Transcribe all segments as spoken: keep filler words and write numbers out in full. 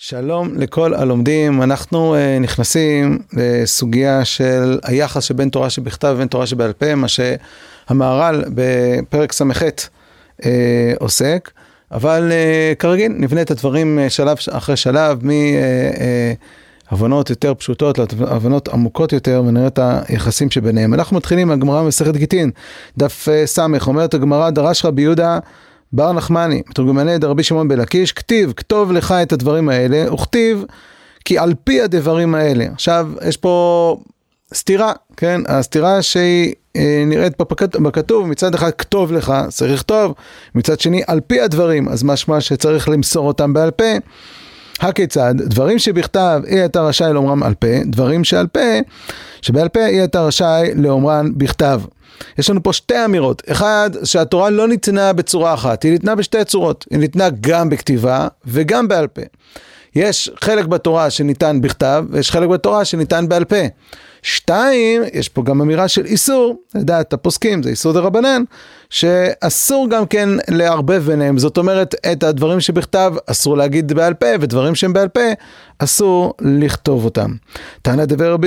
שלום לכל הלומדים, אנחנו uh, נכנסים לסוגיה של היחס שבין תורה שבכתב ובין תורה שבעל פה, מה שהמהר"ל בפרק סמכת uh, עוסק, אבל uh, כרגיל נבנה את הדברים uh, שלב אחרי שלב, מהבנות uh, uh, יותר פשוטות להבנות עמוקות יותר, ונראה את היחסים שביניהם. אנחנו מתחילים מהגמרא מסכת גיטין, דף uh, סמך, אומרת הגמרא, דרש רבי יהודה בר נחמני, מתורגמני דרבי שמעון בן לקיש, כתיב, כתוב לך את הדברים האלה, וכתיב, כי על פי הדברים האלה. עכשיו, יש פה סתירה, כן? הסתירה שהיא אה, נראית בכתוב, מצד אחד כתוב לך, צריך לכתוב, מצד שני, על פי הדברים, אז משמע שצריך למסור אותם בעל פה. הכיצד? דברים שבכתב, אי אתה רשאי לאומרם על פה, דברים שעל פה, שבעל פה אי אתה רשאי לאומרן בכתב. יש לנו פה שתי אמירות. אחד, שהתורה לא ניתנה בצורה אחת, היא ניתנה בשתי צורות. היא ניתנה גם בכתיבה וגם בעל פה. יש חלק בתורה שניתן בכתב, ויש חלק בתורה שניתן בעל פה. שתיים, יש פה גם אמירה של איסור, לדעת הפוסקים, זה איסור דרבנן, שאסור גם כן לערבב ביניהם. זאת אומרת, את הדברים שבכתב אסור להגיד בעל פה, ודברים שהם בעל פה אסור לכתוב אותם. תנא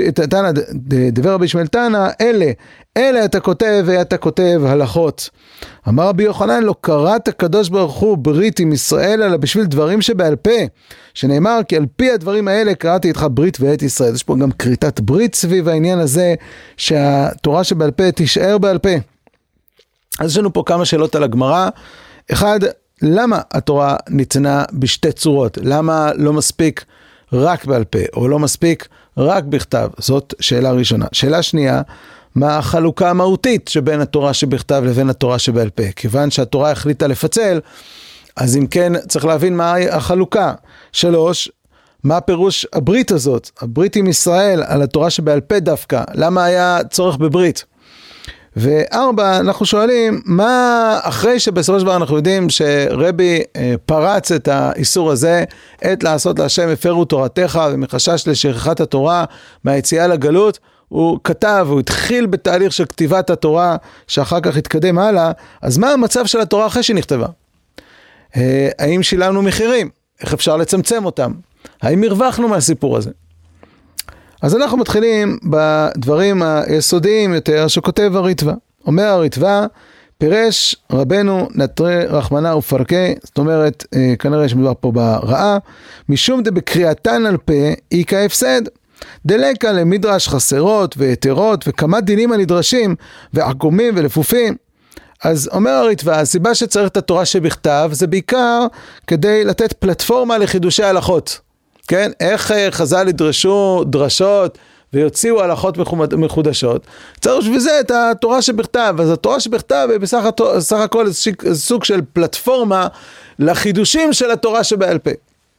דבר רבי ישמעאל תנא, אלה, אלה אתה כותב ואתה כותב הלכות. אמר רבי יוחנן, לא קראת הקדוש ברוך הוא ברית עם ישראל, אלא בשביל דברים שבעל פה, שנאמר כי על פי הדברים האלה קראתי איתך ברית ואת ישראל. יש פה גם כריתת ברית סביב העניין הזה, שהתורה שבעל פה תישאר בעל פה. אז יש לנו פה כמה שאלות על הגמרא. אחד, למה התורה ניתנה בשתי צורות? למה לא מספיק רק בעל פה, או לא מספיק רק בכתב? זאת שאלה ראשונה. שאלה שנייה, מה החלוקה המהותית שבין התורה שבכתב לבין התורה שבעל פה? כיוון שהתורה החליטה לפצל, אז אם כן צריך להבין מה החלוקה. שלוש, מה פירוש הברית הזאת? הברית עם ישראל על התורה שבעל פה דווקא. למה היה צורך בברית? וארבע, אנחנו שואלים, מה אחרי שבסופו של דבר אנחנו יודעים שרבי אה, פרץ את האיסור הזה, את לעשות להשם הפרו תורתך, ומחשש לשכחת התורה מהיציאה לגלות, הוא כתב, הוא התחיל בתהליך של כתיבת התורה, שאחר כך התקדם הלאה. אז מה המצב של התורה אחרי שהיא נכתבה? אה, האם שילמנו מחירים? איך אפשר לצמצם אותם? האם הרווחנו מהסיפור הזה? אז אנחנו מתחילים בדברים היסודיים יותר שכותב הריטב"א. אומר הריטב"א, פירש רבנו נטרי רחמנא ופרקי, זאת אומרת, כנראה שמדובר פה ברעה, משום דבקריאתן על פה היא כהפסד. דלקה למדרש חסרות ויתרות וכמה דינים הנדרשים ועקומים ולפופים. אז אומר הריטב"א, הסיבה שצריך את התורה שבכתב זה בעיקר כדי לתת פלטפורמה לחידושי הלכות. כן? איך חז"ל ידרשו דרשות ויוציאו הלכות מחודשות? צריך בשביל זה את התורה שבכתב. אז התורה שבכתב היא בסך, בסך הכל סוג של פלטפורמה לחידושים של התורה שבעל פה.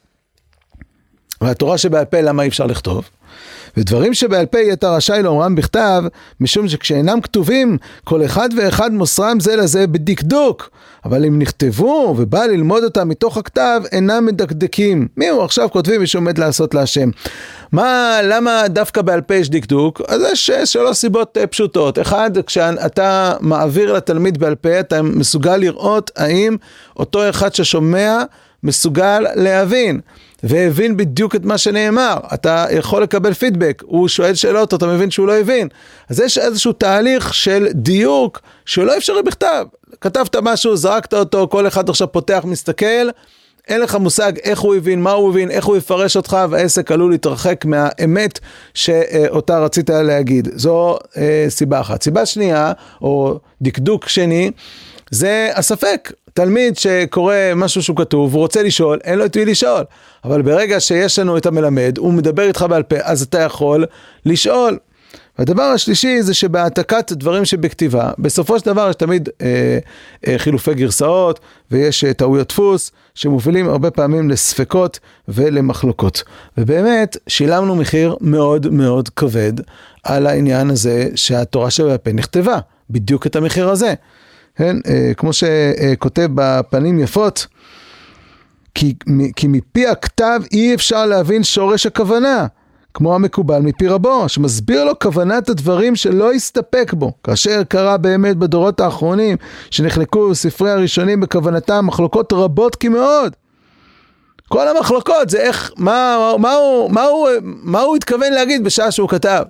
והתורה שבעל פה למה אי אפשר לכתוב? ודברים שבעל פה אתה רשאי לאומרם בכתב, משום שכשאינם כתובים, כל אחד ואחד מוסרם זה לזה בדקדוק. אבל אם נכתבו ובא ללמוד אותם מתוך הכתב, אינם מדקדקים. מי הוא עכשיו כותבים משום עומד לעשות להשם? מה, למה דווקא בעל פה יש דקדוק? אז יש שלוש סיבות פשוטות. אחד, כשאתה מעביר לתלמיד בעל פה, אתה מסוגל לראות האם אותו אחד ששומע מסוגל להבין. והבין בדיוק את מה שנאמר. אתה יכול לקבל פידבק, הוא שואל שאלות, אתה מבין שהוא לא הבין. אז יש איזשהו תהליך של דיוק שהוא לא אפשרי בכתב. כתבת משהו, זרקת אותו, כל אחד עכשיו פותח, מסתכל, אין לך מושג איך הוא הבין, מה הוא הבין, איך הוא יפרש אותך, והעסק עלול להתרחק מהאמת שאותה רצית להגיד. זו אה, סיבה אחת. סיבה שנייה, או דקדוק שני, זה הספק. תלמיד שקורא משהו שהוא כתוב, הוא רוצה לשאול, אין לו את מי לשאול. אבל ברגע שיש לנו את המלמד, הוא מדבר איתך בעל פה, אז אתה יכול לשאול. והדבר השלישי זה שבהעתקת דברים שבכתיבה, בסופו של דבר יש תמיד אה, אה, חילופי גרסאות, ויש אה, טעויות דפוס, שמובילים הרבה פעמים לספקות ולמחלוקות. ובאמת, שילמנו מחיר מאוד מאוד כבד על העניין הזה, שהתורה שבעל פה נכתבה, בדיוק את המחיר הזה. כן, כמו שכותב בפנים יפות, כי, כי מפי הכתב אי אפשר להבין שורש הכוונה, כמו המקובל מפי רבו, שמסביר לו כוונת הדברים שלא יסתפק בו, כאשר קרה באמת בדורות האחרונים, שנחלקו ספרי הראשונים בכוונתם מחלוקות רבות כמאוד, כל המחלוקות זה איך, מה, מה, הוא, מה, הוא, מה הוא התכוון להגיד בשעה שהוא כתב.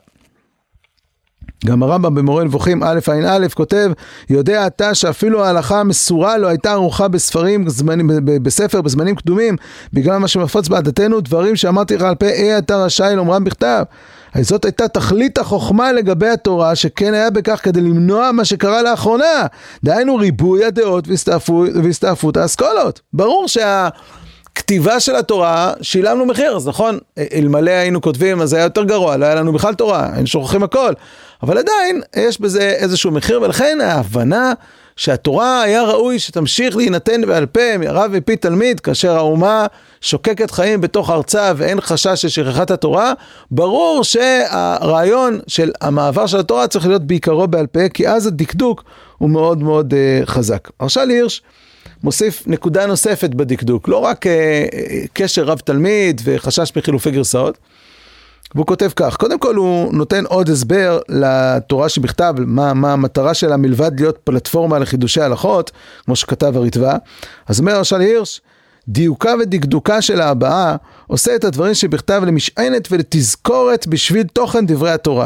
גם הרמב"ם במורה נבוכים א' עין א' כותב, יודע אתה שאפילו ההלכה המסורה לא הייתה ערוכה בספרים, זמנים, בספר, בזמנים קדומים, בגלל מה שמפוץ בעדתנו, דברים שאמרתי לך על פה, אה אתה רשאי לומרם בכתב. זאת הייתה תכלית החוכמה לגבי התורה, שכן היה בכך כדי למנוע מה שקרה לאחרונה, דהיינו ריבוי הדעות והסתעפות האסכולות. ברור שה... כתיבה של התורה, שילמנו מחיר, אז נכון, אלמלא היינו כותבים, אז זה היה יותר גרוע, לא היה לנו בכלל תורה, היינו שוכחים הכל, אבל עדיין יש בזה איזשהו מחיר, ולכן ההבנה שהתורה היה ראוי שתמשיך להינתן בעל פה, מרב מפי תלמיד, כאשר האומה שוקקת חיים בתוך ארצה, ואין חשש של שכחת התורה, ברור שהרעיון של המעבר של התורה צריך להיות בעיקרו בעל פה, כי אז הדקדוק הוא מאוד מאוד uh, חזק. הרש"ל הירש, מוסיף נקודה נוספת בדקדוק, לא רק אה, קשר רב תלמיד וחשש מחילופי גרסאות, והוא כותב כך, קודם כל הוא נותן עוד הסבר לתורה שבכתב, מה, מה המטרה שלה מלבד להיות פלטפורמה לחידושי הלכות, כמו שכתב הריטב"א, אז אומר הרש"ל הירש, דיוקה ודקדוקה של ההבאה, עושה את הדברים שבכתב למשענת ולתזכורת בשביל תוכן דברי התורה.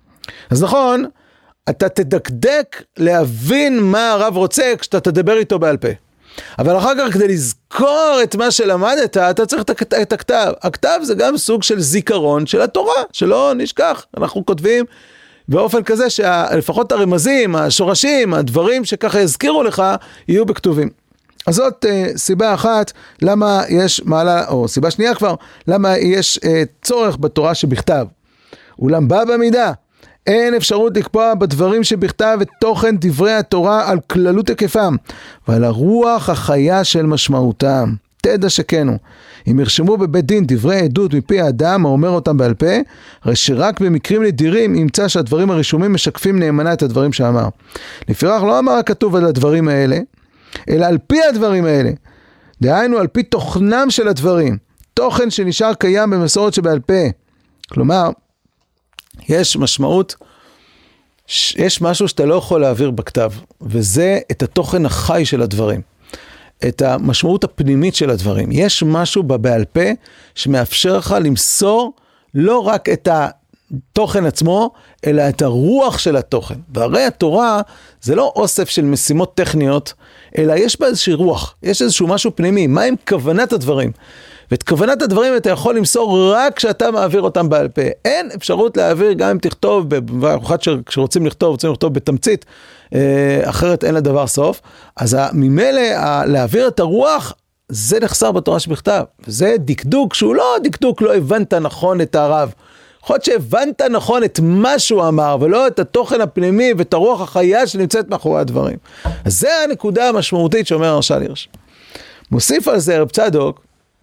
אז נכון, אתה תדקדק להבין מה הרב רוצה כשאתה תדבר איתו בעל פה. אבל אחר כך כדי לזכור את מה שלמדת, אתה צריך את הכתב. הכתב זה גם סוג של זיכרון של התורה, שלא נשכח. אנחנו כותבים באופן כזה שלפחות הרמזים, השורשים, הדברים שככה יזכירו לך, יהיו בכתובים. אז זאת uh, סיבה אחת למה יש מעלה, או סיבה שנייה כבר, למה יש uh, צורך בתורה שבכתב. אולם בא במידה. אין אפשרות לקבוע בדברים שבכתב את תוכן דברי התורה על כללות היקפם, ועל הרוח החיה של משמעותם. תדע שכנו, אם ירשמו בבית דין דברי עדות מפי האדם האומר אותם בעל פה, הרי שרק במקרים נדירים ימצא שהדברים הרשומים משקפים נאמנה את הדברים שאמר. לפיכך לא אמר הכתוב על הדברים האלה, אלא על פי הדברים האלה. דהיינו על פי תוכנם של הדברים, תוכן שנשאר קיים במסורת שבעל פה. כלומר, יש משמעות, יש משהו שאתה לא יכול להעביר בכתב, וזה את התוכן החי של הדברים, את המשמעות הפנימית של הדברים. יש משהו בבעל פה שמאפשר לך למסור לא רק את התוכן עצמו, אלא את הרוח של התוכן. והרי התורה זה לא אוסף של משימות טכניות, אלא יש בה איזושהי רוח, יש איזשהו משהו פנימי, מה עם כוונת הדברים? ואת כוונת הדברים אתה יכול למסור רק כשאתה מעביר אותם בעל פה. אין אפשרות להעביר גם אם תכתוב, במיוחד כשרוצים לכתוב, רוצים לכתוב בתמצית, אחרת אין לדבר סוף. אז ממילא להעביר את הרוח, זה נחסר בתורה שבכתב. וזה דקדוק שהוא לא דקדוק, לא הבנת נכון את הרב. יכול להיות שהבנת נכון את מה שהוא אמר, ולא את התוכן הפנימי ואת הרוח החיה שנמצאת מאחורי הדברים. אז זה הנקודה המשמעותית שאומר הרש"ל הירש. מוסיף על זה רב צדוק,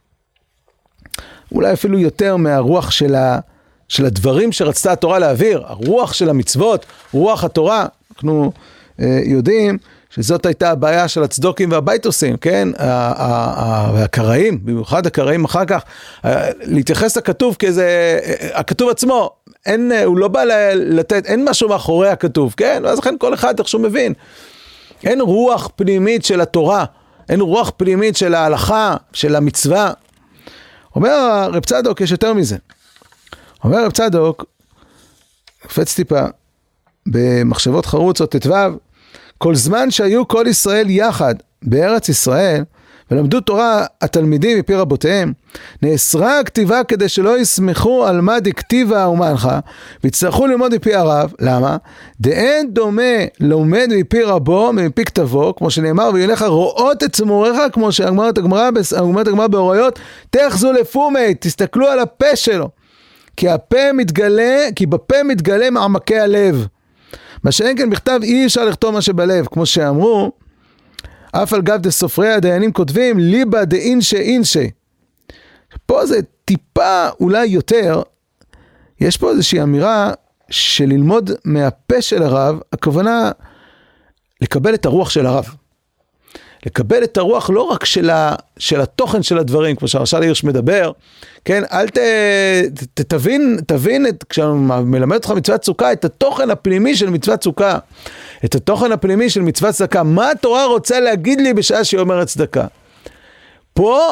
אולי אפילו יותר מהרוח של, ה, של הדברים שרצתה התורה להעביר, הרוח של המצוות, רוח התורה. אנחנו אה, יודעים שזאת הייתה הבעיה של הצדוקים והבייטוסים, כן? והקראים, במיוחד הקראים אחר כך, להתייחס לכתוב כאיזה, הכתוב עצמו, אין, הוא לא בא לתת, אין משהו מאחורי הכתוב, כן? ואז לכן כל אחד איך שהוא מבין. אין רוח פנימית של התורה, אין רוח פנימית של ההלכה, של המצווה. אומר רב צדוק, יש יותר מזה. אומר רב צדוק, קפץ טיפה, במחשבות חרוצות תתוו, כל זמן שהיו כל ישראל יחד בארץ ישראל, ולמדו תורה התלמידים מפי רבותיהם, נאסרה הכתיבה כדי שלא יסמכו על מה דכתיבה ומנחה, ויצטרכו ללמוד מפי הרב. למה? דאין דומה לומד מפי רבו מפי כתבו, כמו שנאמר, וילך רואות את צמוריך, כמו שאמרת הגמרא, אומרת הגמרא באוריות, תחזו לפומי, תסתכלו על הפה שלו, כי הפה מתגלה, כי בפה מתגלה מעמקי הלב. מה שאין כן בכתב אי אפשר לכתוב מה שבלב, כמו שאמרו, אף על גב דסופרי הדיינים כותבים, ליבה דאינשה אינשה. פה זה טיפה אולי יותר, יש פה איזושהי אמירה של ללמוד מהפה של הרב, הכוונה לקבל את הרוח של הרב. לקבל את הרוח לא רק של, ה, של התוכן של הדברים, כמו שהרש"ל הירש מדבר, כן, אל ת, ת, תבין, תבין את, כשאני מלמד אותך מצוות סוכה, את התוכן הפנימי של מצוות סוכה, את התוכן הפנימי של מצוות צדקה, מה התורה רוצה להגיד לי בשעה שהיא אומרת צדקה? פה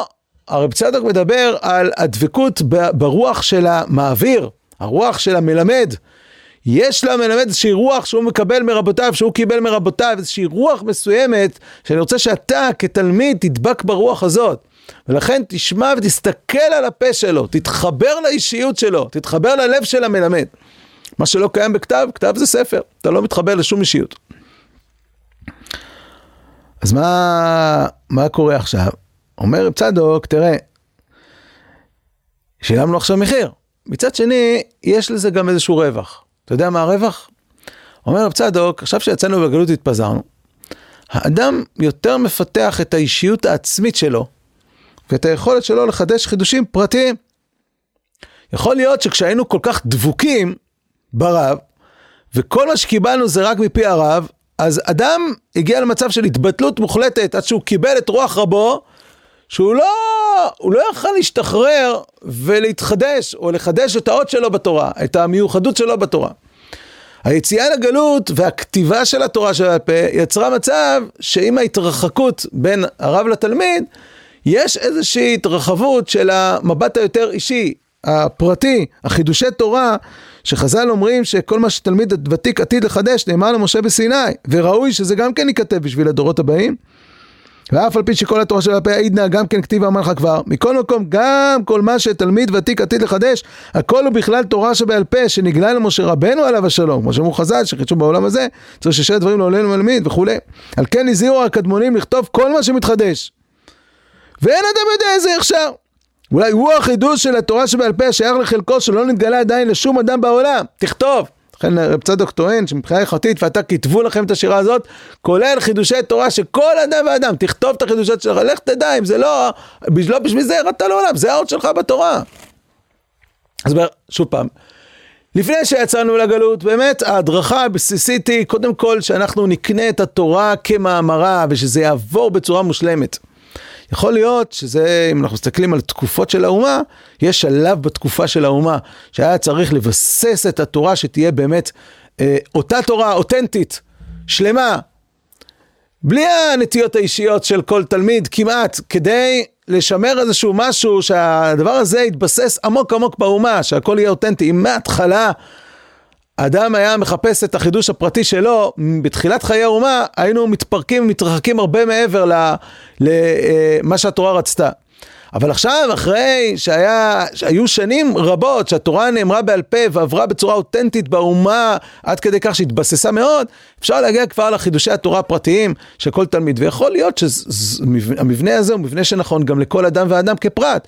הרב צדוק מדבר על הדבקות ברוח של המעביר, הרוח של המלמד. יש למלמד איזושהי רוח שהוא מקבל מרבותיו, שהוא קיבל מרבותיו, איזושהי רוח מסוימת, שאני רוצה שאתה כתלמיד תדבק ברוח הזאת. ולכן תשמע ותסתכל על הפה שלו, תתחבר לאישיות שלו, תתחבר ללב של המלמד. מה שלא קיים בכתב, כתב זה ספר, אתה לא מתחבר לשום אישיות. אז מה, מה קורה עכשיו? אומר רב צדוק, תראה, שילמנו עכשיו מחיר. מצד שני, יש לזה גם איזשהו רווח. אתה יודע מה הרווח? אומר רב צדוק, עכשיו שיצאנו בגלות התפזרנו, האדם יותר מפתח את האישיות העצמית שלו, ואת היכולת שלו לחדש חידושים פרטיים. יכול להיות שכשהיינו כל כך דבוקים ברב, וכל מה שקיבלנו זה רק מפי הרב, אז אדם הגיע למצב של התבטלות מוחלטת, עד שהוא קיבל את רוח רבו, שהוא לא, הוא לא יכול להשתחרר ולהתחדש, או לחדש את האות שלו בתורה, את המיוחדות שלו בתורה. היציאה לגלות והכתיבה של התורה של הפה, יצרה מצב שעם ההתרחקות בין הרב לתלמיד, יש איזושהי התרחבות של המבט היותר אישי, הפרטי, החידושי תורה, שחז"ל אומרים שכל מה שתלמיד ותיק עתיד לחדש, נאמר למשה בסיני, וראוי שזה גם כן ייכתב בשביל הדורות הבאים, ואף על פי שכל התורה של הפה עידנה גם כן כתיב אמר לך כבר, מכל מקום גם כל מה שתלמיד ותיק עתיד לחדש, הכל הוא בכלל תורה שבעל פה, שנגלה למשה רבנו עליו השלום, כמו שאמרו חז"ל שחידשו בעולם הזה, צריך ששת דברים לעולנו מלמיד וכו'. על כן הזהירו הקדמונים לכתוב כל מה שמתחדש, ואין אדם יודע איזה הכשר. אולי הוא החידוש של התורה שבעל פה שייך לחלקו שלא נתגלה עדיין לשום אדם בעולם. תכתוב. לכן רב צדוק טוען שמבחינה הלכתית, ואתה כתבו לכם את השירה הזאת, כולל חידושי תורה שכל אדם ואדם, תכתוב את החידושות שלך, לך תדע אם זה לא, לא בשביל זה ירדת לעולם, זה האות שלך בתורה. אז שוב פעם, לפני שיצאנו לגלות, באמת ההדרכה הבסיסית היא קודם כל שאנחנו נקנה את התורה כמאמרה, ושזה יעבור בצורה מושלמת. יכול להיות שזה, אם אנחנו מסתכלים על תקופות של האומה, יש שלב בתקופה של האומה, שהיה צריך לבסס את התורה שתהיה באמת אה, אותה תורה אותנטית, שלמה, בלי הנטיות האישיות של כל תלמיד כמעט, כדי לשמר איזשהו משהו שהדבר הזה יתבסס עמוק עמוק באומה, שהכל יהיה אותנטי. אם מההתחלה האדם היה מחפש את החידוש הפרטי שלו, בתחילת חיי האומה היינו מתפרקים ומתרחקים הרבה מעבר למה שהתורה רצתה. אבל עכשיו, אחרי שהיה, שהיו שנים רבות שהתורה נאמרה בעל פה ועברה בצורה אותנטית באומה, עד כדי כך שהתבססה מאוד, אפשר להגיע כבר לחידושי התורה הפרטיים של כל תלמיד. ויכול להיות שהמבנה הזה הוא מבנה שנכון גם לכל אדם ואדם כפרט.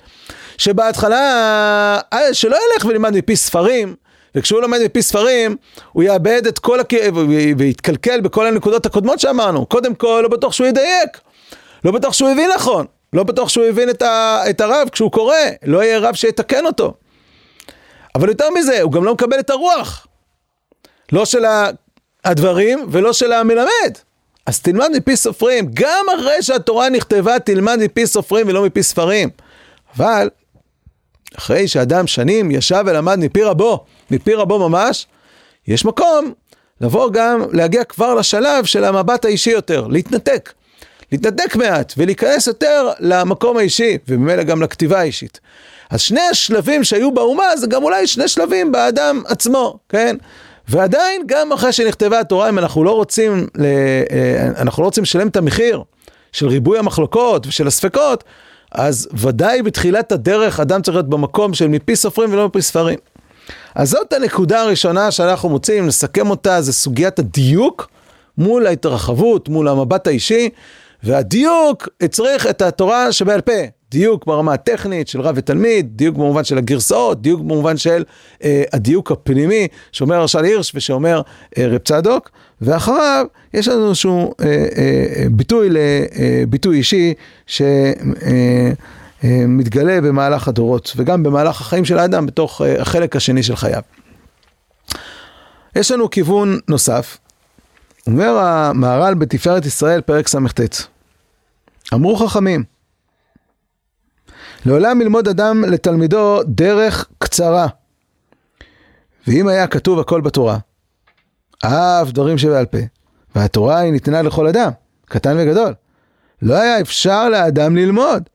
שבהתחלה, שלא ילך ולמד מפי ספרים, וכשהוא לומד מפי ספרים, הוא יאבד את כל הכאב, ויתקלקל בכל הנקודות הקודמות שאמרנו. קודם כל, לא בטוח שהוא ידייק. לא בטוח שהוא הבין נכון. לא בטוח שהוא הבין את, ה, את הרב כשהוא קורא. לא יהיה רב שיתקן אותו. אבל יותר מזה, הוא גם לא מקבל את הרוח. לא של הדברים ולא של המלמד. אז תלמד מפי סופרים. גם אחרי שהתורה נכתבה, תלמד מפי סופרים ולא מפי ספרים. אבל אחרי שאדם שנים ישב ולמד מפי רבו, מפי רבו ממש, יש מקום לבוא גם, להגיע כבר לשלב של המבט האישי יותר, להתנתק. להתנתק מעט ולהיכנס יותר למקום האישי, וממילא גם לכתיבה האישית. אז שני השלבים שהיו באומה, זה גם אולי שני שלבים באדם עצמו, כן? ועדיין גם אחרי שנכתבה התורה, אם אנחנו לא רוצים, אנחנו לא רוצים לשלם את המחיר של ריבוי המחלוקות ושל הספקות, אז ודאי בתחילת הדרך אדם צריך להיות במקום של מפי סופרים ולא מפי ספרים. אז זאת הנקודה הראשונה שאנחנו מוצאים, נסכם אותה, זה סוגיית הדיוק מול ההתרחבות, מול המבט האישי, והדיוק צריך את התורה שבעל פה, דיוק ברמה הטכנית של רב ותלמיד, דיוק במובן של הגרסאות, דיוק במובן של אה, הדיוק הפנימי, שאומר הרש"ל הירש ושאומר אה, רב צדוק, ואחריו יש לנו איזשהו אה, אה, ביטוי לביטוי אישי שמתגלה אה, אה, במהלך הדורות, וגם במהלך החיים של האדם בתוך אה, החלק השני של חייו. יש לנו כיוון נוסף, אומר המהר"ל בתפארת ישראל פרק ס"ט, אמרו חכמים, לעולם ללמוד אדם לתלמידו דרך קצרה, ואם היה כתוב הכל בתורה, אף דברים שבעל פה, והתורה היא ניתנה לכל אדם, קטן וגדול, לא היה אפשר לאדם ללמוד,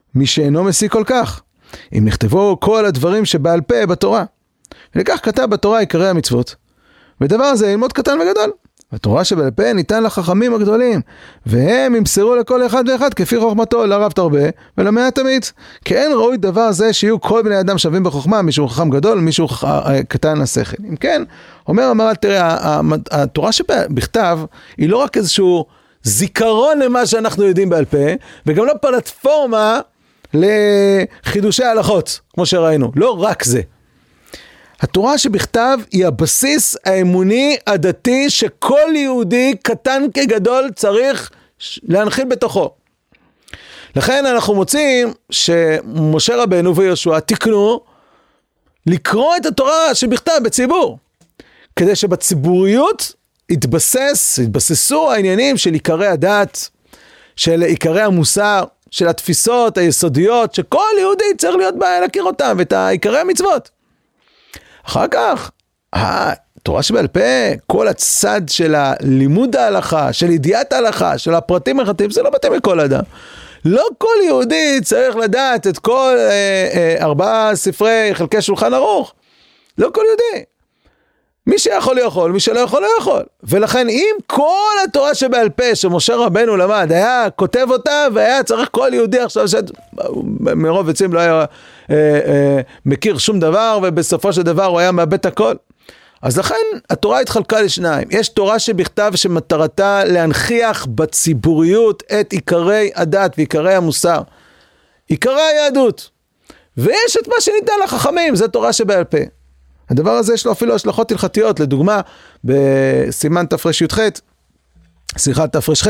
מי שאינו מסיק כל כך, אם נכתבו כל הדברים שבעל פה בתורה. ולכך כתב בתורה עיקרי המצוות. ודבר זה ללמוד קטן וגדול. התורה שבעל פה ניתן לחכמים הגדולים, והם ימסרו לכל אחד ואחד כפי חוכמתו, לרב תרבה ולמעט אמיץ. כי אין ראוי דבר זה שיהיו כל בני אדם שווים בחוכמה, מישהו חכם גדול, מישהו קטן השכל. אם כן, אומר המהר"ל, תראה, התורה שבכתב היא לא רק איזשהו זיכרון למה שאנחנו יודעים בעל פה, וגם לא פלטפורמה לחידושי ההלכות, כמו שראינו. לא רק זה. התורה שבכתב היא הבסיס האמוני הדתי שכל יהודי קטן כגדול צריך להנחיל בתוכו. לכן אנחנו מוצאים שמשה רבנו ויהושע תיקנו לקרוא את התורה שבכתב בציבור, כדי שבציבוריות יתבסס, יתבססו העניינים של עיקרי הדת, של עיקרי המוסר, של התפיסות היסודיות, שכל יהודי צריך להיות בה להכיר אותם, ואת עיקרי המצוות. אחר כך, התורה שבעל פה, כל הצד של הלימוד ההלכה, של ידיעת ההלכה, של הפרטים החטאים, זה לא מתאים לכל אדם. לא כל יהודי צריך לדעת את כל אה, אה, ארבעה ספרי חלקי שולחן ערוך. לא כל יהודי. מי שיכול יכול, מי שלא יכול לא יכול. ולכן אם כל התורה שבעל פה שמשה רבנו למד, היה כותב אותה, והיה צריך כל יהודי עכשיו, מרוב עצים לא היה אה, אה, מכיר שום דבר, ובסופו של דבר הוא היה מאבד את הכל. אז לכן התורה התחלקה לשניים. יש תורה שבכתב שמטרתה להנכיח בציבוריות את עיקרי הדת ועיקרי המוסר. עיקרי היהדות. ויש את מה שניתן לחכמים, זה תורה שבעל פה. הדבר הזה יש לו אפילו השלכות הלכתיות, לדוגמה, בסימן תפרש י"ח, סליחה, תפרש ח',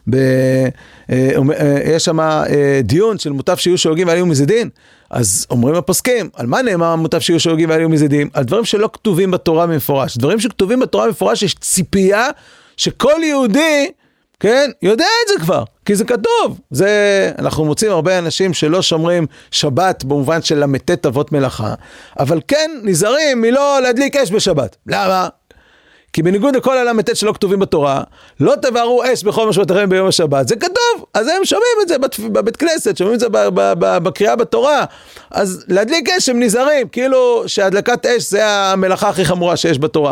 יש שם דיון של מוטב שיהיו שוגים ועליהו מזידין, אז אומרים הפוסקים, על מה נאמר מוטב שיהיו שוגים ועליהו מזידין? על דברים שלא כתובים בתורה במפורש. דברים שכתובים בתורה במפורש, יש ציפייה שכל יהודי, כן, יודע את זה כבר, כי זה כתוב. זה, אנחנו מוצאים הרבה אנשים שלא שומרים שבת במובן של למתת אבות מלאכה, אבל כן נזהרים מלא להדליק אש בשבת. למה? כי בניגוד לכל הלמתת שלא כתובים בתורה, לא תבערו אש בכל משמעותיכם ביום השבת. זה כתוב, אז הם שומעים את זה בבית כנסת, שומעים את זה בקריאה בתורה. אז להדליק אש הם נזהרים, כאילו שהדלקת אש זה המלאכה הכי חמורה שיש בתורה.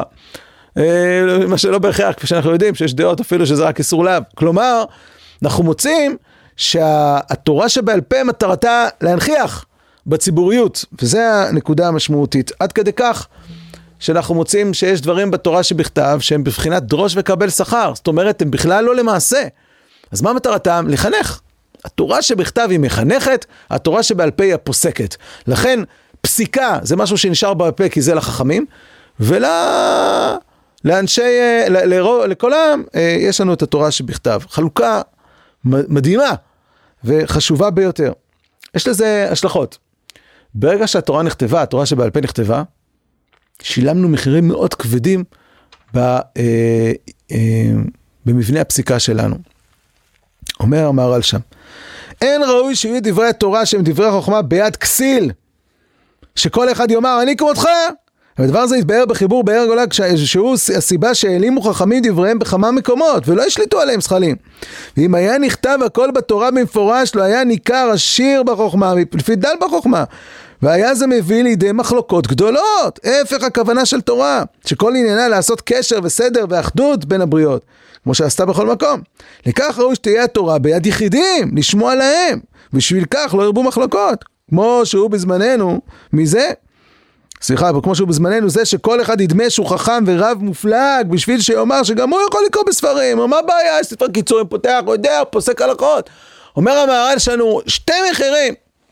מה שלא בהכרח, כפי שאנחנו יודעים, שיש דעות אפילו שזה רק איסור לאו. כלומר, אנחנו מוצאים שהתורה שבעל פה מטרתה להנכיח בציבוריות, וזו הנקודה המשמעותית. עד כדי כך שאנחנו מוצאים שיש דברים בתורה שבכתב שהם בבחינת דרוש וקבל שכר, זאת אומרת, הם בכלל לא למעשה. אז מה מטרתם? לחנך. התורה שבכתב היא מחנכת, התורה שבעל פה היא הפוסקת. לכן, פסיקה זה משהו שנשאר בעל פה כי זה לחכמים, ול... לאנשי, ל... ל... לכל העם, יש לנו את התורה שבכתב. חלוקה מדהימה וחשובה ביותר. יש לזה השלכות. ברגע שהתורה נכתבה, התורה שבעל פה נכתבה, שילמנו מחירים מאוד כבדים ב, אה, אה, במבנה הפסיקה שלנו. אומר המהר"ל שם, אין ראוי שיהיו דברי התורה שהם דברי חוכמה ביד כסיל, שכל אחד יאמר אני כמותך, והדבר הזה יתבהר בחיבור באר גולה, שהוא הסיבה שהעלימו חכמים דבריהם בכמה מקומות, ולא השליטו עליהם שכלים. ואם היה נכתב הכל בתורה במפורש, לא היה ניכר עשיר בחוכמה, לפי דל בחוכמה. והיה זה מביא לידי מחלוקות גדולות. הפך הכוונה של תורה, שכל עניינה לעשות קשר וסדר ואחדות בין הבריות, כמו שעשתה בכל מקום. לכך ראוי שתהיה התורה ביד יחידים, לשמוע להם, בשביל כך לא ירבו מחלוקות, כמו שהוא בזמננו, מזה, סליחה, אבל כמו שהוא בזמננו זה שכל אחד ידמה שהוא חכם ורב מופלג, בשביל שיאמר שגם הוא יכול לקרוא בספרים, מה הבעיה? יש ספר קיצורים, פותח, הוא יודע, הוא פוסק הלכות. אומר המהר"ל שלנו, שתי מחירים,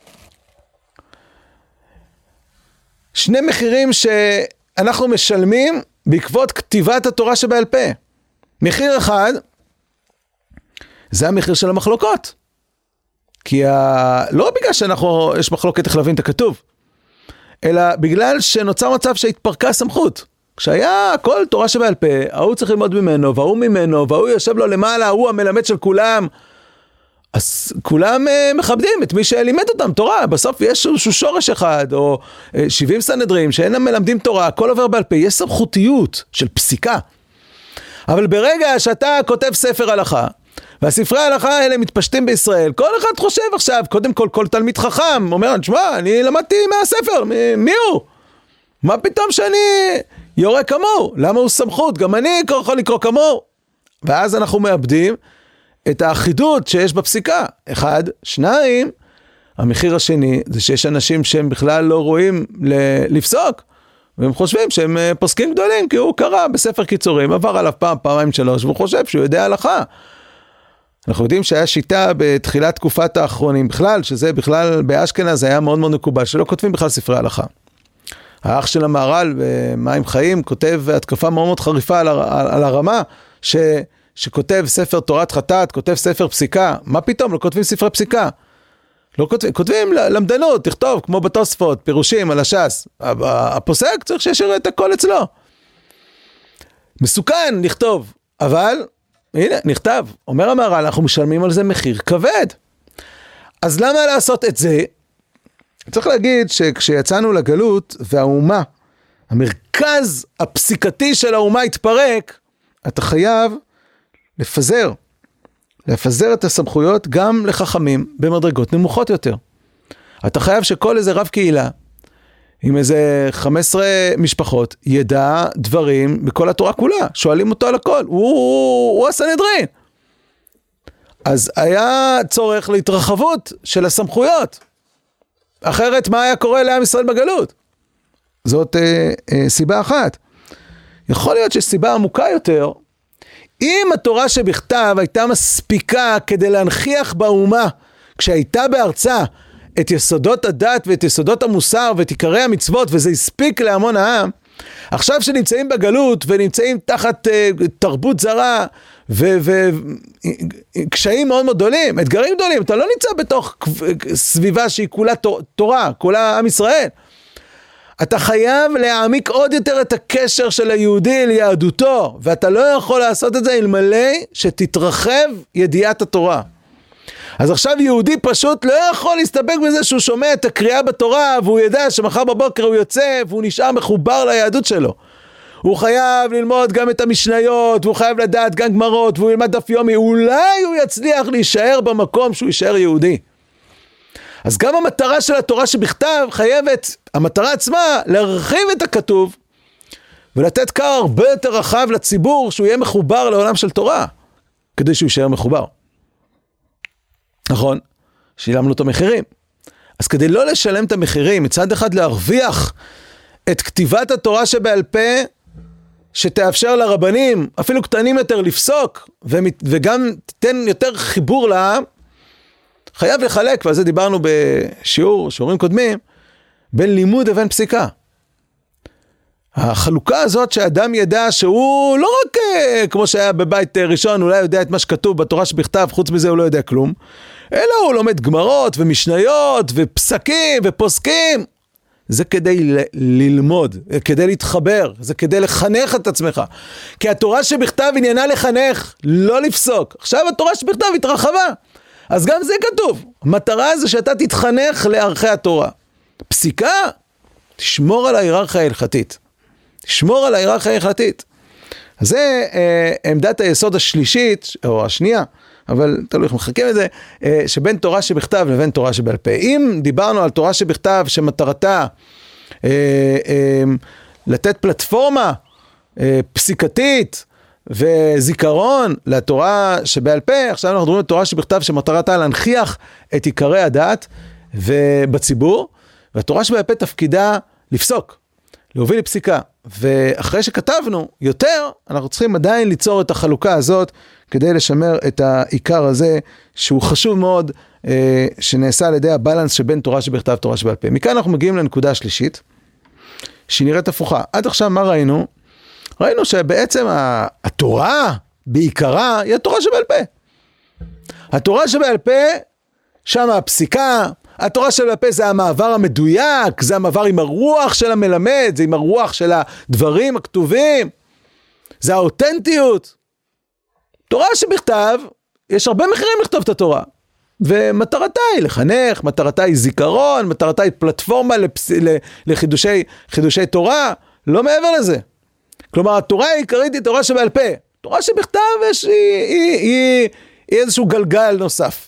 שני מחירים שאנחנו משלמים בעקבות כתיבת התורה שבעל פה. מחיר אחד, זה המחיר של המחלוקות. כי ה... לא בגלל שאנחנו, יש מחלוקת איך להבין את הכתוב, אלא בגלל שנוצר מצב שהתפרקה סמכות. כשהיה כל תורה שבעל פה, ההוא צריך ללמוד ממנו, והוא ממנו, והוא יושב לו למעלה, הוא המלמד של כולם, אז כולם uh, מכבדים את מי שלימד אותם תורה. בסוף יש איזשהו שורש אחד, או uh, שבעים סנהדרין, שאינם מלמדים תורה, הכל עובר בעל פה, יש סמכותיות של פסיקה. אבל ברגע שאתה כותב ספר הלכה, והספרי ההלכה האלה מתפשטים בישראל. כל אחד חושב עכשיו, קודם כל, כל תלמיד חכם, אומר, תשמע, אני למדתי מהספר, מי הוא? מה פתאום שאני יורה כמוהו? למה הוא סמכות? גם אני יכול לקרוא כמוהו. ואז אנחנו מאבדים את האחידות שיש בפסיקה. אחד, שניים, המחיר השני זה שיש אנשים שהם בכלל לא רואים לפסוק, והם חושבים שהם פוסקים גדולים, כי הוא קרא בספר קיצורים, עבר עליו פעם, פעמיים שלוש, והוא חושב שהוא יודע הלכה. אנחנו יודעים שהיה שיטה בתחילת תקופת האחרונים בכלל, שזה בכלל באשכנז היה מאוד מאוד מקובל, שלא כותבים בכלל ספרי הלכה. האח של המהר"ל במים חיים כותב התקפה מאוד מאוד חריפה על, על, על הרמה, ש, שכותב ספר תורת חטאת, כותב ספר פסיקה. מה פתאום? לא כותבים ספרי פסיקה. לא כותבים, כותבים למדנות, תכתוב, כמו בתוספות, פירושים על הש"ס. הפוסק צריך שישאיר את הכל אצלו. מסוכן לכתוב, אבל הנה, נכתב. אומר המהר"ל, אנחנו משלמים על זה מחיר כבד. אז למה לעשות את זה? צריך להגיד שכשיצאנו לגלות והאומה, המרכז הפסיקתי של האומה התפרק, אתה חייב לפזר, לפזר את הסמכויות גם לחכמים במדרגות נמוכות יותר. אתה חייב שכל איזה רב קהילה, עם איזה חמש עשרה משפחות, ידע דברים בכל התורה כולה, שואלים אותו על הכל, הוא, הוא, הוא הסנהדרין. אז היה צורך להתרחבות של הסמכויות, אחרת מה היה קורה לעם ישראל בגלות? זאת אה, אה, סיבה אחת. יכול להיות שסיבה עמוקה יותר, אם התורה שבכתב הייתה מספיקה כדי להנחיח באומה, כשהייתה בארצה את יסודות הדת ואת יסודות המוסר ואת עיקרי המצוות, וזה הספיק להמון העם, עכשיו שנמצאים בגלות ונמצאים תחת אה, תרבות זרה וקשיים מאוד מאוד גדולים, אתגרים גדולים, אתה לא נמצא בתוך סביבה שהיא כולה תורה, כולה עם ישראל. אתה חייב להעמיק עוד יותר את הקשר של היהודי ליהדותו, ואתה לא יכול לעשות את זה אלמלא שתתרחב ידיעת התורה. אז עכשיו יהודי פשוט לא יכול להסתפק בזה שהוא שומע את הקריאה בתורה, והוא ידע שמחר בבוקר הוא יוצא, והוא נשאר מחובר ליהדות שלו. הוא חייב ללמוד גם את המשניות, והוא חייב לדעת גם גמרות, והוא ילמד דף יומי, אולי הוא יצליח להישאר במקום שהוא יישאר יהודי. אז גם המטרה של התורה שבכתב חייבת, המטרה עצמה, להרחיב את הכתוב, ולתת קר הרבה יותר רחב לציבור, שהוא יהיה מחובר לעולם של תורה, כדי שהוא יישאר מחובר. נכון, שילמנו את המחירים. אז כדי לא לשלם את המחירים, מצד אחד להרוויח את כתיבת התורה שבעל פה, שתאפשר לרבנים, אפילו קטנים יותר, לפסוק, וגם תיתן יותר חיבור לעם, חייב לחלק, ועל זה דיברנו בשיעור, שיעורים קודמים, בין לימוד לבין פסיקה. החלוקה הזאת שאדם ידע שהוא לא רק כמו שהיה בבית ראשון, אולי יודע את מה שכתוב בתורה שבכתב, חוץ מזה הוא לא יודע כלום, אלא הוא לומד גמרות ומשניות ופסקים ופוסקים. זה כדי ל- ללמוד, כדי להתחבר, זה כדי לחנך את עצמך. כי התורה שבכתב עניינה לחנך, לא לפסוק. עכשיו התורה שבכתב התרחבה. אז גם זה כתוב. המטרה זה שאתה תתחנך לערכי התורה. פסיקה, תשמור על ההיררכיה ההלכתית. תשמור על ההיררכיה ההלכתית. זה אה, עמדת היסוד השלישית, או השנייה, אבל תלוי איך מחכים את זה, אה, שבין תורה שבכתב לבין תורה שבעל פה. אם דיברנו על תורה שבכתב שמטרתה אה, אה, לתת פלטפורמה אה, פסיקתית וזיכרון לתורה שבעל פה, עכשיו אנחנו מדברים על תורה שבכתב שמטרתה להנחיח את עיקרי הדת ובציבור, והתורה שבעל פה תפקידה לפסוק, להוביל לפסיקה. ואחרי שכתבנו יותר, אנחנו צריכים עדיין ליצור את החלוקה הזאת, כדי לשמר את העיקר הזה, שהוא חשוב מאוד, אה, שנעשה על ידי הבלנס שבין תורה שבכתב תורה שבעל פה. מכאן אנחנו מגיעים לנקודה השלישית, שהיא נראית הפוכה. עד עכשיו מה ראינו? ראינו שבעצם התורה, בעיקרה, היא התורה שבעל פה. התורה שבעל פה, שם הפסיקה, התורה שבעל פה זה המעבר המדויק, זה המעבר עם הרוח של המלמד, זה עם הרוח של הדברים הכתובים, זה האותנטיות. תורה שבכתב, יש הרבה מחירים לכתוב את התורה, ומטרתה היא לחנך, מטרתה היא זיכרון, מטרתה היא פלטפורמה לפס... לחידושי חידושי תורה, לא מעבר לזה. כלומר, התורה העיקרית היא תורה שבעל פה. תורה שבכתב יש, היא, היא, היא, היא איזשהו גלגל נוסף.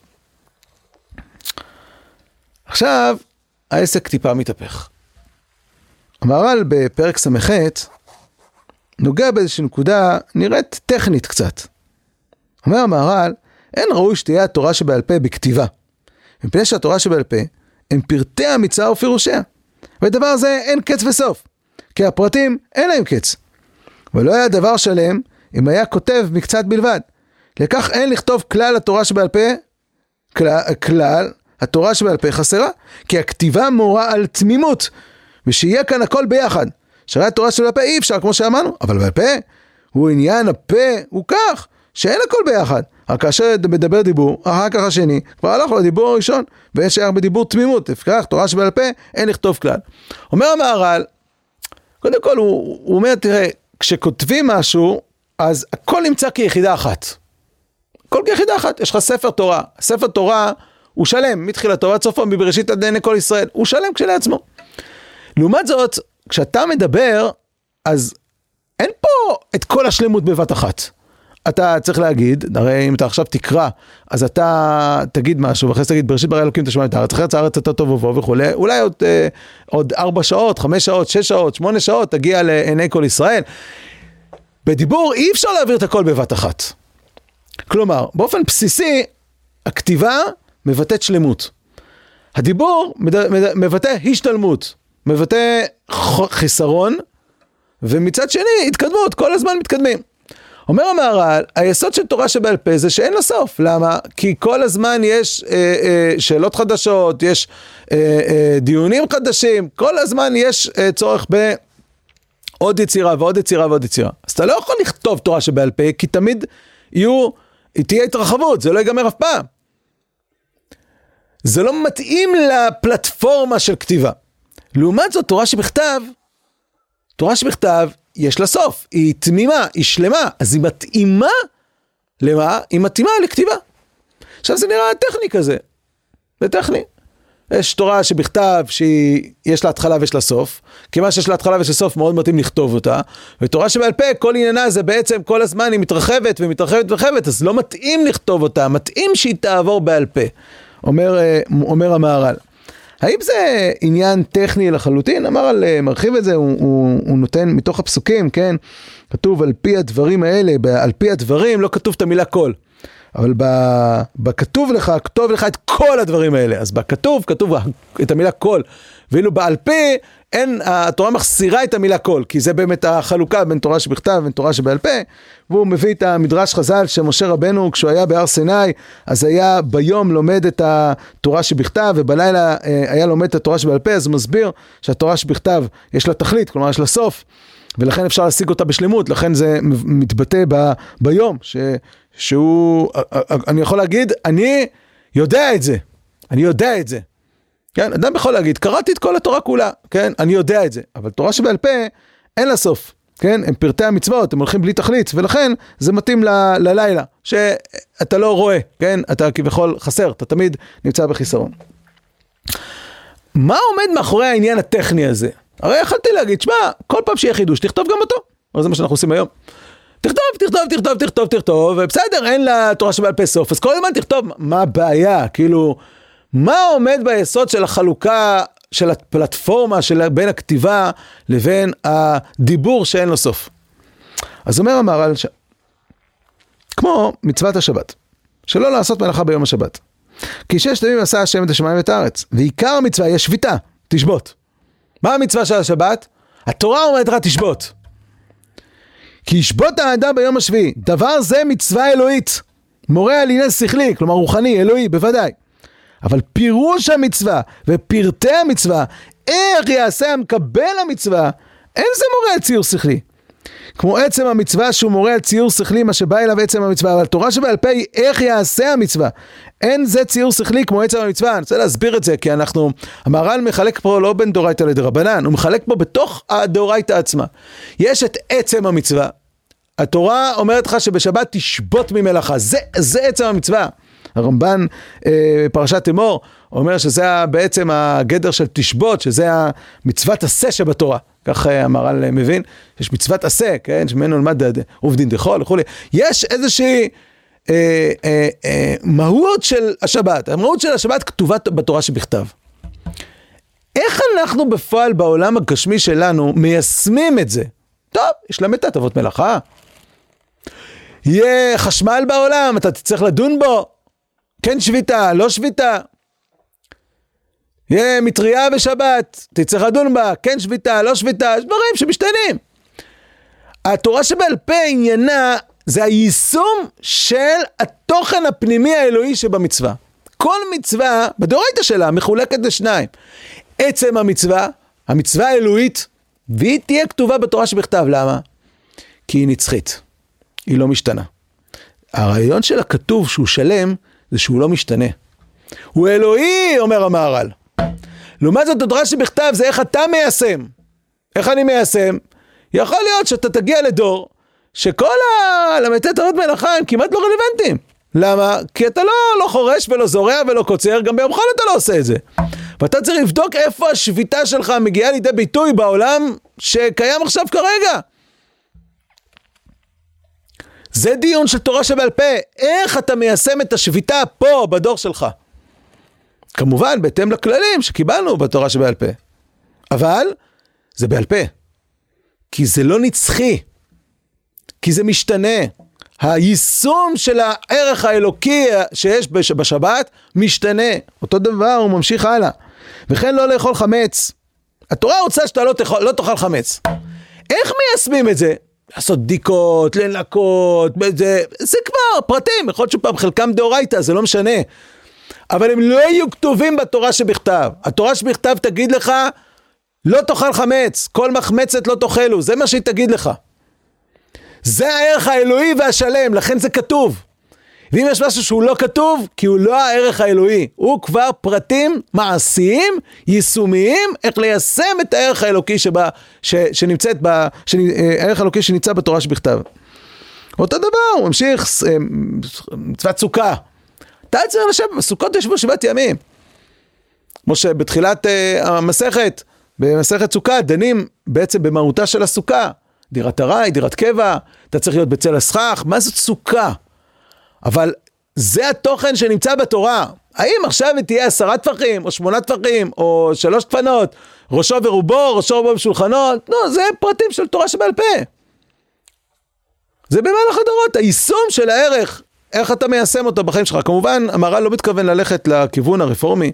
עכשיו, העסק טיפה מתהפך. המהר"ל בפרק סמכת, נוגע באיזושהי נקודה נראית טכנית קצת. אומר המהר"ל, אין ראוי שתהיה התורה שבעל פה בכתיבה. מפני שהתורה שבעל פה הם פרטי המצווה ופירושיה. ובדבר הזה אין קץ וסוף. כי הפרטים אין להם קץ. ולא היה דבר שלם אם היה כותב מקצת בלבד. לכך אין לכתוב כלל התורה שבעל פה, כלל, כלל התורה שבעל פה חסרה. כי הכתיבה מורה על תמימות. ושיהיה כאן הכל ביחד. שהרי התורה שבעל פה אי אפשר כמו שאמרנו. אבל בעל פה הוא עניין הפה, הוא כך. שאין הכל ביחד. רק כאשר מדבר דיבור, אחר כך השני, כבר הלך לו לדיבור הראשון, ואין שייך בדיבור תמימות, לפקח, תורה שבעל פה, אין לכתוב כלל. אומר המהר"ל, קודם כל הוא, הוא אומר, תראה, כשכותבים משהו, אז הכל נמצא כיחידה אחת. הכל כיחידה אחת, יש לך ספר תורה. ספר תורה הוא שלם, מתחילתו עד סופו, מבראשית עד עיני כל ישראל, הוא שלם כשלעצמו. לעומת זאת, כשאתה מדבר, אז אין פה את כל השלמות בבת אחת. אתה צריך להגיד, הרי אם אתה עכשיו תקרא, אז אתה תגיד משהו, ואחרי זה תגיד, בראשית ברא אלוקים את השמיים ואת הארץ, אחרי זה הארץ אתה טוב ובוא וכו', אולי עוד, אה, עוד ארבע שעות, חמש שעות, שש שעות, שמונה שעות, תגיע לעיני כל ישראל. בדיבור אי אפשר להעביר את הכל בבת אחת. כלומר, באופן בסיסי, הכתיבה מבטאת שלמות. הדיבור מבטא השתלמות, מבטא חיסרון, ומצד שני, התקדמות, כל הזמן מתקדמים. אומר המהר"ל, היסוד של תורה שבעל פה זה שאין לה סוף. למה? כי כל הזמן יש אה, אה, שאלות חדשות, יש אה, אה, דיונים חדשים, כל הזמן יש אה, צורך בעוד יצירה ועוד יצירה ועוד יצירה. אז אתה לא יכול לכתוב תורה שבעל פה, כי תמיד יהיו, תהיה התרחבות, זה לא ייגמר אף פעם. זה לא מתאים לפלטפורמה של כתיבה. לעומת זאת, תורה שבכתב, תורה שבכתב, יש לה סוף, היא תמימה, היא שלמה, אז היא מתאימה, למה? היא מתאימה לכתיבה. עכשיו זה נראה טכני כזה, זה טכני. יש תורה שבכתב, שיש לה התחלה ויש לה סוף, כיוון שיש לה התחלה ויש לה סוף, מאוד מתאים לכתוב אותה, ותורה שבעל פה, כל עניינה זה בעצם כל הזמן היא מתרחבת ומתרחבת ומתרחבת, אז לא מתאים לכתוב אותה, מתאים שהיא תעבור בעל פה, אומר, אומר המהר"ל. האם זה עניין טכני לחלוטין? המהר"ל מרחיב את זה, הוא, הוא, הוא נותן מתוך הפסוקים, כן? כתוב על פי הדברים האלה, על פי הדברים לא כתוב את המילה כל. אבל בכתוב לך, כתוב לך את כל הדברים האלה. אז בכתוב, כתוב את המילה כל. ואילו בעל פה, אין, התורה מחסירה את המילה כל, כי זה באמת החלוקה בין תורה שבכתב ובין תורה שבעל פה, והוא מביא את המדרש חז"ל שמשה רבנו, כשהוא היה בהר סיני, אז היה ביום לומד את התורה שבכתב, ובלילה היה לומד את התורה שבעל פה, אז הוא מסביר שהתורה שבכתב יש לה תכלית, כלומר יש לה סוף, ולכן אפשר להשיג אותה בשלמות, לכן זה מתבטא ב, ביום, ש, שהוא, אני יכול להגיד, אני יודע את זה, אני יודע את זה. כן, אדם יכול להגיד, קראתי את כל התורה כולה, כן, אני יודע את זה, אבל תורה שבעל פה אין לה סוף, כן, הם פרטי המצוות, הם הולכים בלי תכלית, ולכן זה מתאים ל- ללילה, שאתה לא רואה, כן, אתה כביכול חסר, אתה תמיד נמצא בחיסרון. מה עומד מאחורי העניין הטכני הזה? הרי יכלתי להגיד, שמה, כל פעם שיהיה חידוש, תכתוב גם אותו, אבל זה מה שאנחנו עושים היום. תכתוב, תכתוב, תכתוב, תכתוב, תכתוב, ובסדר, אין לה תורה שבעל פה סוף, אז כל הזמן תכתוב, מה הבעיה, כאילו, מה עומד ביסוד של החלוקה, של הפלטפורמה, של בין הכתיבה לבין הדיבור שאין לו סוף? אז אומר המהר"ל, ש... כמו מצוות השבת, שלא לעשות מלאכה ביום השבת. כי ששת ימים עשה השם את השמיים ואת הארץ, ועיקר המצווה היא שביתה, תשבות. מה המצווה של השבת? התורה אומרת לך תשבות. כי ישבות האדם ביום השביעי, דבר זה מצווה אלוהית, מורה על עניין שכלי, כלומר רוחני, אלוהי, בוודאי. אבל פירוש המצווה ופרטי המצווה, איך יעשה המקבל המצווה, אין זה מורה על ציור שכלי. כמו עצם המצווה שהוא מורה על ציור שכלי, מה שבא אליו עצם המצווה, אבל תורה שבעל פה היא איך יעשה המצווה. אין זה ציור שכלי כמו עצם המצווה. אני רוצה להסביר את זה, כי אנחנו, המהר"ל מחלק פה לא בין דאורייתא לדרבנן, הוא מחלק פה בתוך הדאורייתא עצמה. יש את עצם המצווה. התורה אומרת לך שבשבת תשבות ממלאכה, זה, זה עצם המצווה. הרמב"ן אה, פרשת אמור אומר שזה בעצם הגדר של תשבות, שזה המצוות עשה שבתורה. כך אה, המהר"ל מבין, יש מצוות עשה, כן, שמנו נלמד עובדין דחול וכו'. יש איזושהי אה, אה, אה, מהות של השבת, המהות של השבת כתובה בתורה שבכתב. איך אנחנו בפועל בעולם הגשמי שלנו מיישמים את זה? טוב, יש להם את הטבות מלאכה. יהיה חשמל בעולם, אתה תצטרך לדון בו. כן שביתה, לא שביתה. יהיה מטריה בשבת, תצטרך לדון בה. כן שביתה, לא שביתה. יש דברים שמשתנים. התורה שבעל פה עניינה זה היישום של התוכן הפנימי האלוהי שבמצווה. כל מצווה, בדאורייתא שלה, מחולקת לשניים. עצם המצווה, המצווה האלוהית, והיא תהיה כתובה בתורה שבכתב. למה? כי היא נצחית. היא לא משתנה. הרעיון של הכתוב שהוא שלם, זה שהוא לא משתנה. הוא אלוהי, אומר המהר"ל. לעומת זאת, התורה שבכתב זה איך אתה מיישם. איך אני מיישם? יכול להיות שאתה תגיע לדור, שכל הלמדי תורת מלאכה הם כמעט לא רלוונטיים. למה? כי אתה לא, לא חורש ולא זורע ולא קוצר, גם ביום חול אתה לא עושה את זה. ואתה צריך לבדוק איפה השביטה שלך מגיעה לידי ביטוי בעולם שקיים עכשיו כרגע. זה דיון של תורה שבעל פה. איך אתה מיישם את השביטה פה בדור שלך? כמובן, בהתאם לכללים שקיבלנו בתורה שבעל פה. אבל זה בעל פה. כי זה לא נצחי. כי זה משתנה. היישום של הערך האלוקי שיש בשבת משתנה. אותו דבר הוא ממשיך הלאה. וכן לא לאכול חמץ. התורה רוצה שאתה לא תאכל, לא תאכל חמץ. איך מיישמים את זה? לעשות בדיקות, לנקות, זה, זה כבר פרטים. יכול להיות שפעם חלקם דאורייתא, זה לא משנה. אבל הם לא יהיו כתובים בתורה שבכתב. התורה שבכתב תגיד לך, לא תאכל חמץ, כל מחמצת לא תאכלו. זה מה שהיא תגיד לך. זה הערך האלוהי והשלם, לכן זה כתוב. ואם יש משהו שהוא לא כתוב, כי הוא לא הערך האלוהי, הוא כבר פרטים מעשיים, יישומיים, איך ליישם את הערך האלוקי שבה, ש, שנמצאת ב, ש, הערך האלוקי שנמצא בתורה שבכתב. אותו דבר, הוא ממשיך, מצוות סוכה. אתה צריך לשבת, סוכות ישבו שבעת ימים. כמו שבתחילת uh, המסכת, במסכת סוכה, דנים בעצם במהותה של הסוכה. דירת ארעי, דירת קבע, אתה צריך להיות בצל הסכך, מה זאת סוכה? אבל זה התוכן שנמצא בתורה. האם עכשיו תהיה עשרה טפחים, או שמונה טפחים, או שלוש טפנות, ראשו ורובו, ראשו ורובו בשולחנות? לא, זה פרטים של תורה שבעל פה. זה במהלך הדורות, היישום של הערך, איך אתה מיישם אותו בחיים שלך. כמובן, המהר"ל לא מתכוון ללכת לכיוון הרפורמי,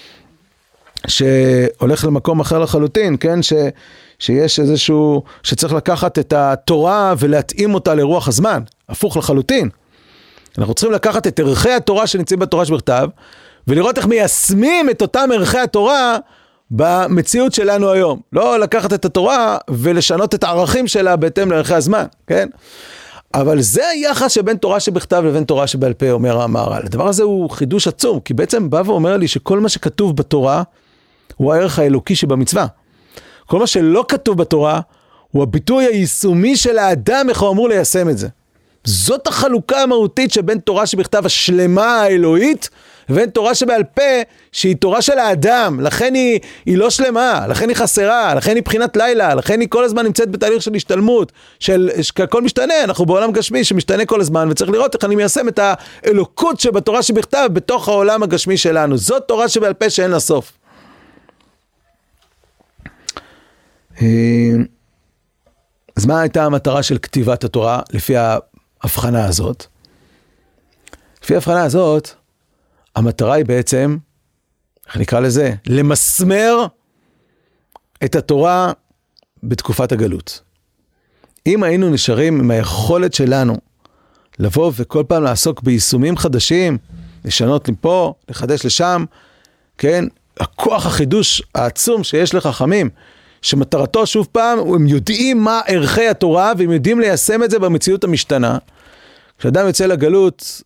שהולך למקום אחר לחלוטין, כן? ש, שיש איזשהו, שצריך לקחת את התורה ולהתאים אותה לרוח הזמן, הפוך לחלוטין. אנחנו צריכים לקחת את ערכי התורה שנמצאים בתורה שבכתב, ולראות איך מיישמים את אותם ערכי התורה במציאות שלנו היום. לא לקחת את התורה ולשנות את הערכים שלה בהתאם לערכי הזמן, כן? אבל זה היחס שבין תורה שבכתב לבין תורה שבעל פה, אומר המהר"ל. הדבר הזה הוא חידוש עצום, כי בעצם בא ואומר לי שכל מה שכתוב בתורה, הוא הערך האלוקי שבמצווה. כל מה שלא כתוב בתורה, הוא הביטוי היישומי של האדם, איך הוא אמור ליישם את זה. זאת החלוקה המהותית שבין תורה שבכתב השלמה האלוהית, ובין תורה שבעל פה, שהיא תורה של האדם, לכן היא, היא לא שלמה, לכן היא חסרה, לכן היא בחינת לילה, לכן היא כל הזמן נמצאת בתהליך של השתלמות, של הכל משתנה, אנחנו בעולם גשמי שמשתנה כל הזמן, וצריך לראות איך אני מיישם את האלוקות שבתורה שבכתב, בתוך העולם הגשמי שלנו. זאת תורה שבעל פה שאין לה סוף. אז מה הייתה המטרה של כתיבת התורה לפי ההבחנה הזאת? לפי ההבחנה הזאת, המטרה היא בעצם, איך נקרא לזה? למסמר את התורה בתקופת הגלות. אם היינו נשארים עם היכולת שלנו לבוא וכל פעם לעסוק ביישומים חדשים, לשנות לפה, לחדש לשם, כן? הכוח החידוש העצום שיש לחכמים, שמטרתו שוב פעם, הם יודעים מה ערכי התורה, והם יודעים ליישם את זה במציאות המשתנה. כשאדם יוצא לגלות,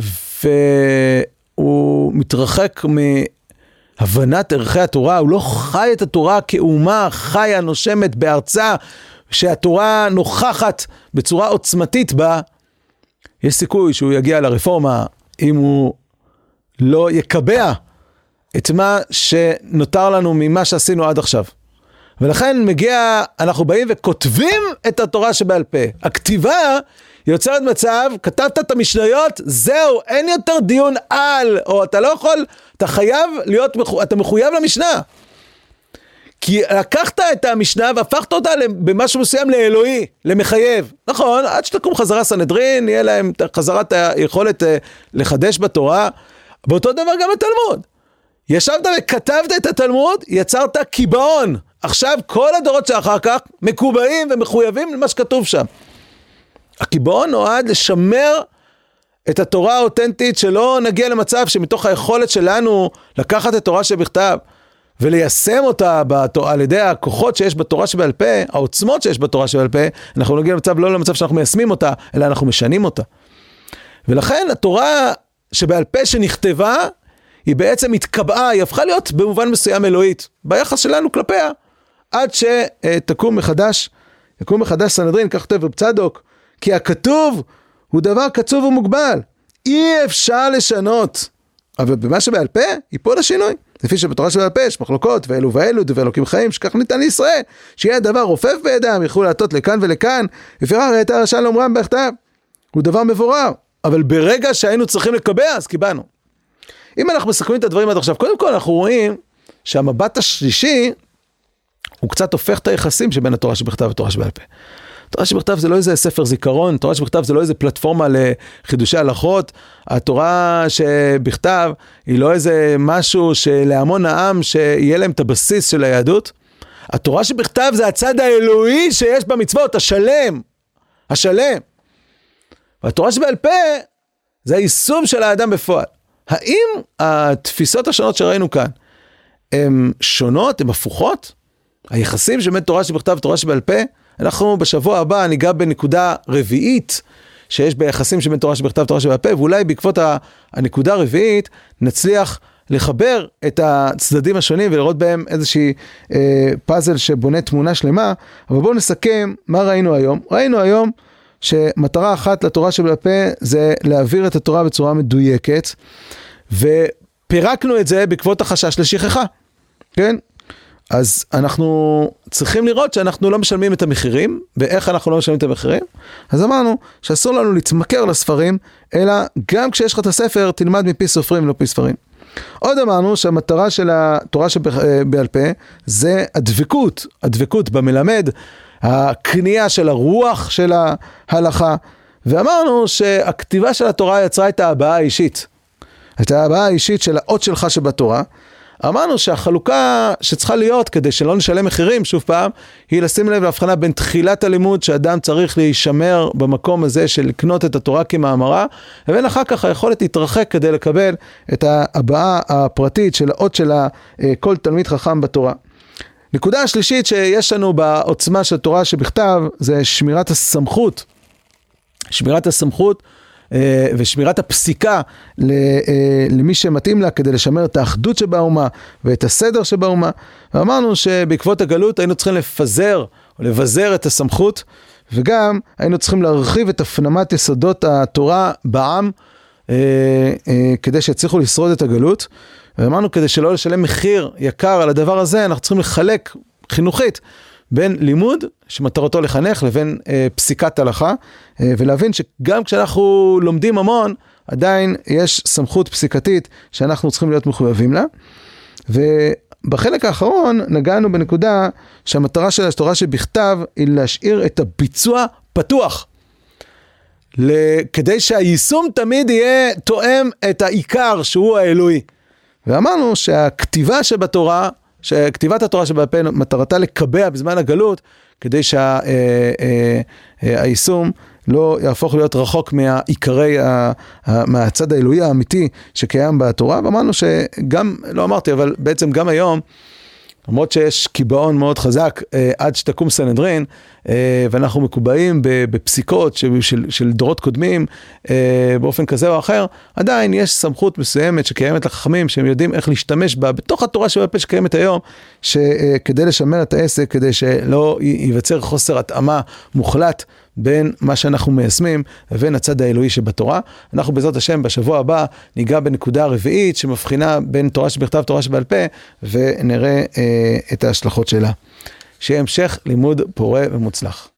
והוא מתרחק מהבנת ערכי התורה, הוא לא חי את התורה כאומה חיה נושמת בארצה, שהתורה נוכחת בצורה עוצמתית בה, יש סיכוי שהוא יגיע לרפורמה, אם הוא לא יקבע את מה שנותר לנו ממה שעשינו עד עכשיו. ולכן מגיע, אנחנו באים וכותבים את התורה שבעל פה. הכתיבה יוצרת מצב, כתבת את המשניות, זהו, אין יותר דיון על, או אתה לא יכול, אתה חייב להיות, אתה מחויב למשנה. כי לקחת את המשנה והפכת אותה במשהו מסוים לאלוהי, למחייב. נכון, עד שתקום חזרה סנהדרין, יהיה להם חזרת היכולת לחדש בתורה, ואותו דבר גם התלמוד. ישבת וכתבת את התלמוד, יצרת קיבעון. עכשיו כל הדורות שאחר כך מקובעים ומחויבים למה שכתוב שם. הקיבעון נועד לשמר את התורה האותנטית, שלא נגיע למצב שמתוך היכולת שלנו לקחת את תורה שבכתב, וליישם אותה על ידי הכוחות שיש בתורה שבעל פה, העוצמות שיש בתורה שבעל פה, אנחנו נגיע למצב, לא למצב שאנחנו מיישמים אותה, אלא אנחנו משנים אותה. ולכן התורה שבעל פה שנכתבה, היא בעצם התקבעה, היא הפכה להיות במובן מסוים אלוהית, ביחס שלנו כלפיה, עד שתקום מחדש, יקום מחדש סנהדרין, כך כותב רב צדוק, כי הכתוב הוא דבר קצוב ומוגבל, אי אפשר לשנות, אבל במה שבעל פה, ייפול השינוי. לפי שבתורה שבעל פה יש מחלוקות, ואלו ואלו, ואלוקים חיים, שכך ניתן לישראל, שיהיה הדבר רופף בידם, יוכלו לעטות לכאן ולכאן, לפיכך ראתה רשע לאומרם בכתב, הוא דבר מבורר, אבל ברגע שהיינו צריכים לקבע, אז קיבענו. אם אנחנו מסכמים את הדברים עד עכשיו, קודם כל אנחנו רואים שהמבט השלישי, הוא קצת הופך את היחסים שבין התורה שבכתב והתורה שבעל פה. התורה שבכתב זה לא איזה ספר זיכרון, התורה שבכתב זה לא איזה פלטפורמה לחידושי הלכות, התורה שבכתב היא לא איזה משהו שלהמון העם שיהיה להם את הבסיס של היהדות. התורה שבכתב זה הצד האלוהי שיש במצוות, השלם, השלם. והתורה שבעל פה זה היישום של האדם בפועל. האם התפיסות השונות שראינו כאן הן שונות, הן הפוכות? היחסים שבין תורה שבכתב ותורה שבעל פה, אנחנו בשבוע הבא ניגע בנקודה רביעית שיש ביחסים שבין תורה שבכתב ותורה שבעל פה, ואולי בעקבות הנקודה הרביעית נצליח לחבר את הצדדים השונים ולראות בהם איזושהי אה, פאזל שבונה תמונה שלמה. אבל בואו נסכם מה ראינו היום. ראינו היום שמטרה אחת לתורה שבעל פה זה להעביר את התורה בצורה מדויקת, ופירקנו את זה בעקבות החשש לשכחה, כן? אז אנחנו צריכים לראות שאנחנו לא משלמים את המחירים, ואיך אנחנו לא משלמים את המחירים. אז אמרנו שאסור לנו להתמכר לספרים, אלא גם כשיש לך את הספר, תלמד מפי סופרים, לא פי ספרים. עוד אמרנו שהמטרה של התורה שבעל פה, זה הדבקות, הדבקות במלמד, הקנייה של הרוח של ההלכה, ואמרנו שהכתיבה של התורה יצרה את ההבעה האישית, את ההבעה האישית של האות שלך שבתורה. אמרנו שהחלוקה שצריכה להיות כדי שלא נשלם מחירים, שוב פעם, היא לשים לב להבחנה בין תחילת הלימוד שאדם צריך להישמר במקום הזה של לקנות את התורה כמאמרה, ובין אחר כך היכולת להתרחק כדי לקבל את ההבעה הפרטית של האות של כל תלמיד חכם בתורה. נקודה השלישית שיש לנו בעוצמה של תורה שבכתב, זה שמירת הסמכות. שמירת הסמכות ושמירת הפסיקה למי שמתאים לה, כדי לשמר את האחדות שבאומה ואת הסדר שבאומה. ואמרנו שבעקבות הגלות היינו צריכים לפזר או לבזר את הסמכות, וגם היינו צריכים להרחיב את הפנמת יסודות התורה בעם, כדי שיצליחו לשרוד את הגלות. ואמרנו כדי שלא לשלם מחיר יקר על הדבר הזה, אנחנו צריכים לחלק חינוכית בין לימוד שמטרתו לחנך לבין אה, פסיקת הלכה, אה, ולהבין שגם כשאנחנו לומדים המון, עדיין יש סמכות פסיקתית שאנחנו צריכים להיות מחויבים לה. ובחלק האחרון נגענו בנקודה שהמטרה של התורה שבכתב היא להשאיר את הביצוע פתוח, כדי שהיישום תמיד יהיה תואם את העיקר שהוא האלוהי. ואמרנו שהכתיבה שבתורה, שכתיבת התורה שבעל פה מטרתה לקבע בזמן הגלות, כדי שהיישום לא יהפוך להיות רחוק מהעיקרי, מהצד האלוהי האמיתי שקיים בתורה. ואמרנו שגם, לא אמרתי, אבל בעצם גם היום, למרות שיש קיבעון מאוד חזק עד שתקום סנהדרין, ואנחנו מקובעים בפסיקות של, של, של דורות קודמים באופן כזה או אחר, עדיין יש סמכות מסוימת שקיימת לחכמים, שהם יודעים איך להשתמש בה בתוך התורה שבעל פה שקיימת היום, שכדי לשמר את העסק, כדי שלא ייווצר חוסר התאמה מוחלט בין מה שאנחנו מיישמים ובין הצד האלוהי שבתורה. אנחנו בעזרת השם בשבוע הבא ניגע בנקודה הרביעית שמבחינה בין תורה שבכתב ותורה שבעל פה, ונראה אה, את ההשלכות שלה. שיהיה המשך לימוד פורה ומוצלח.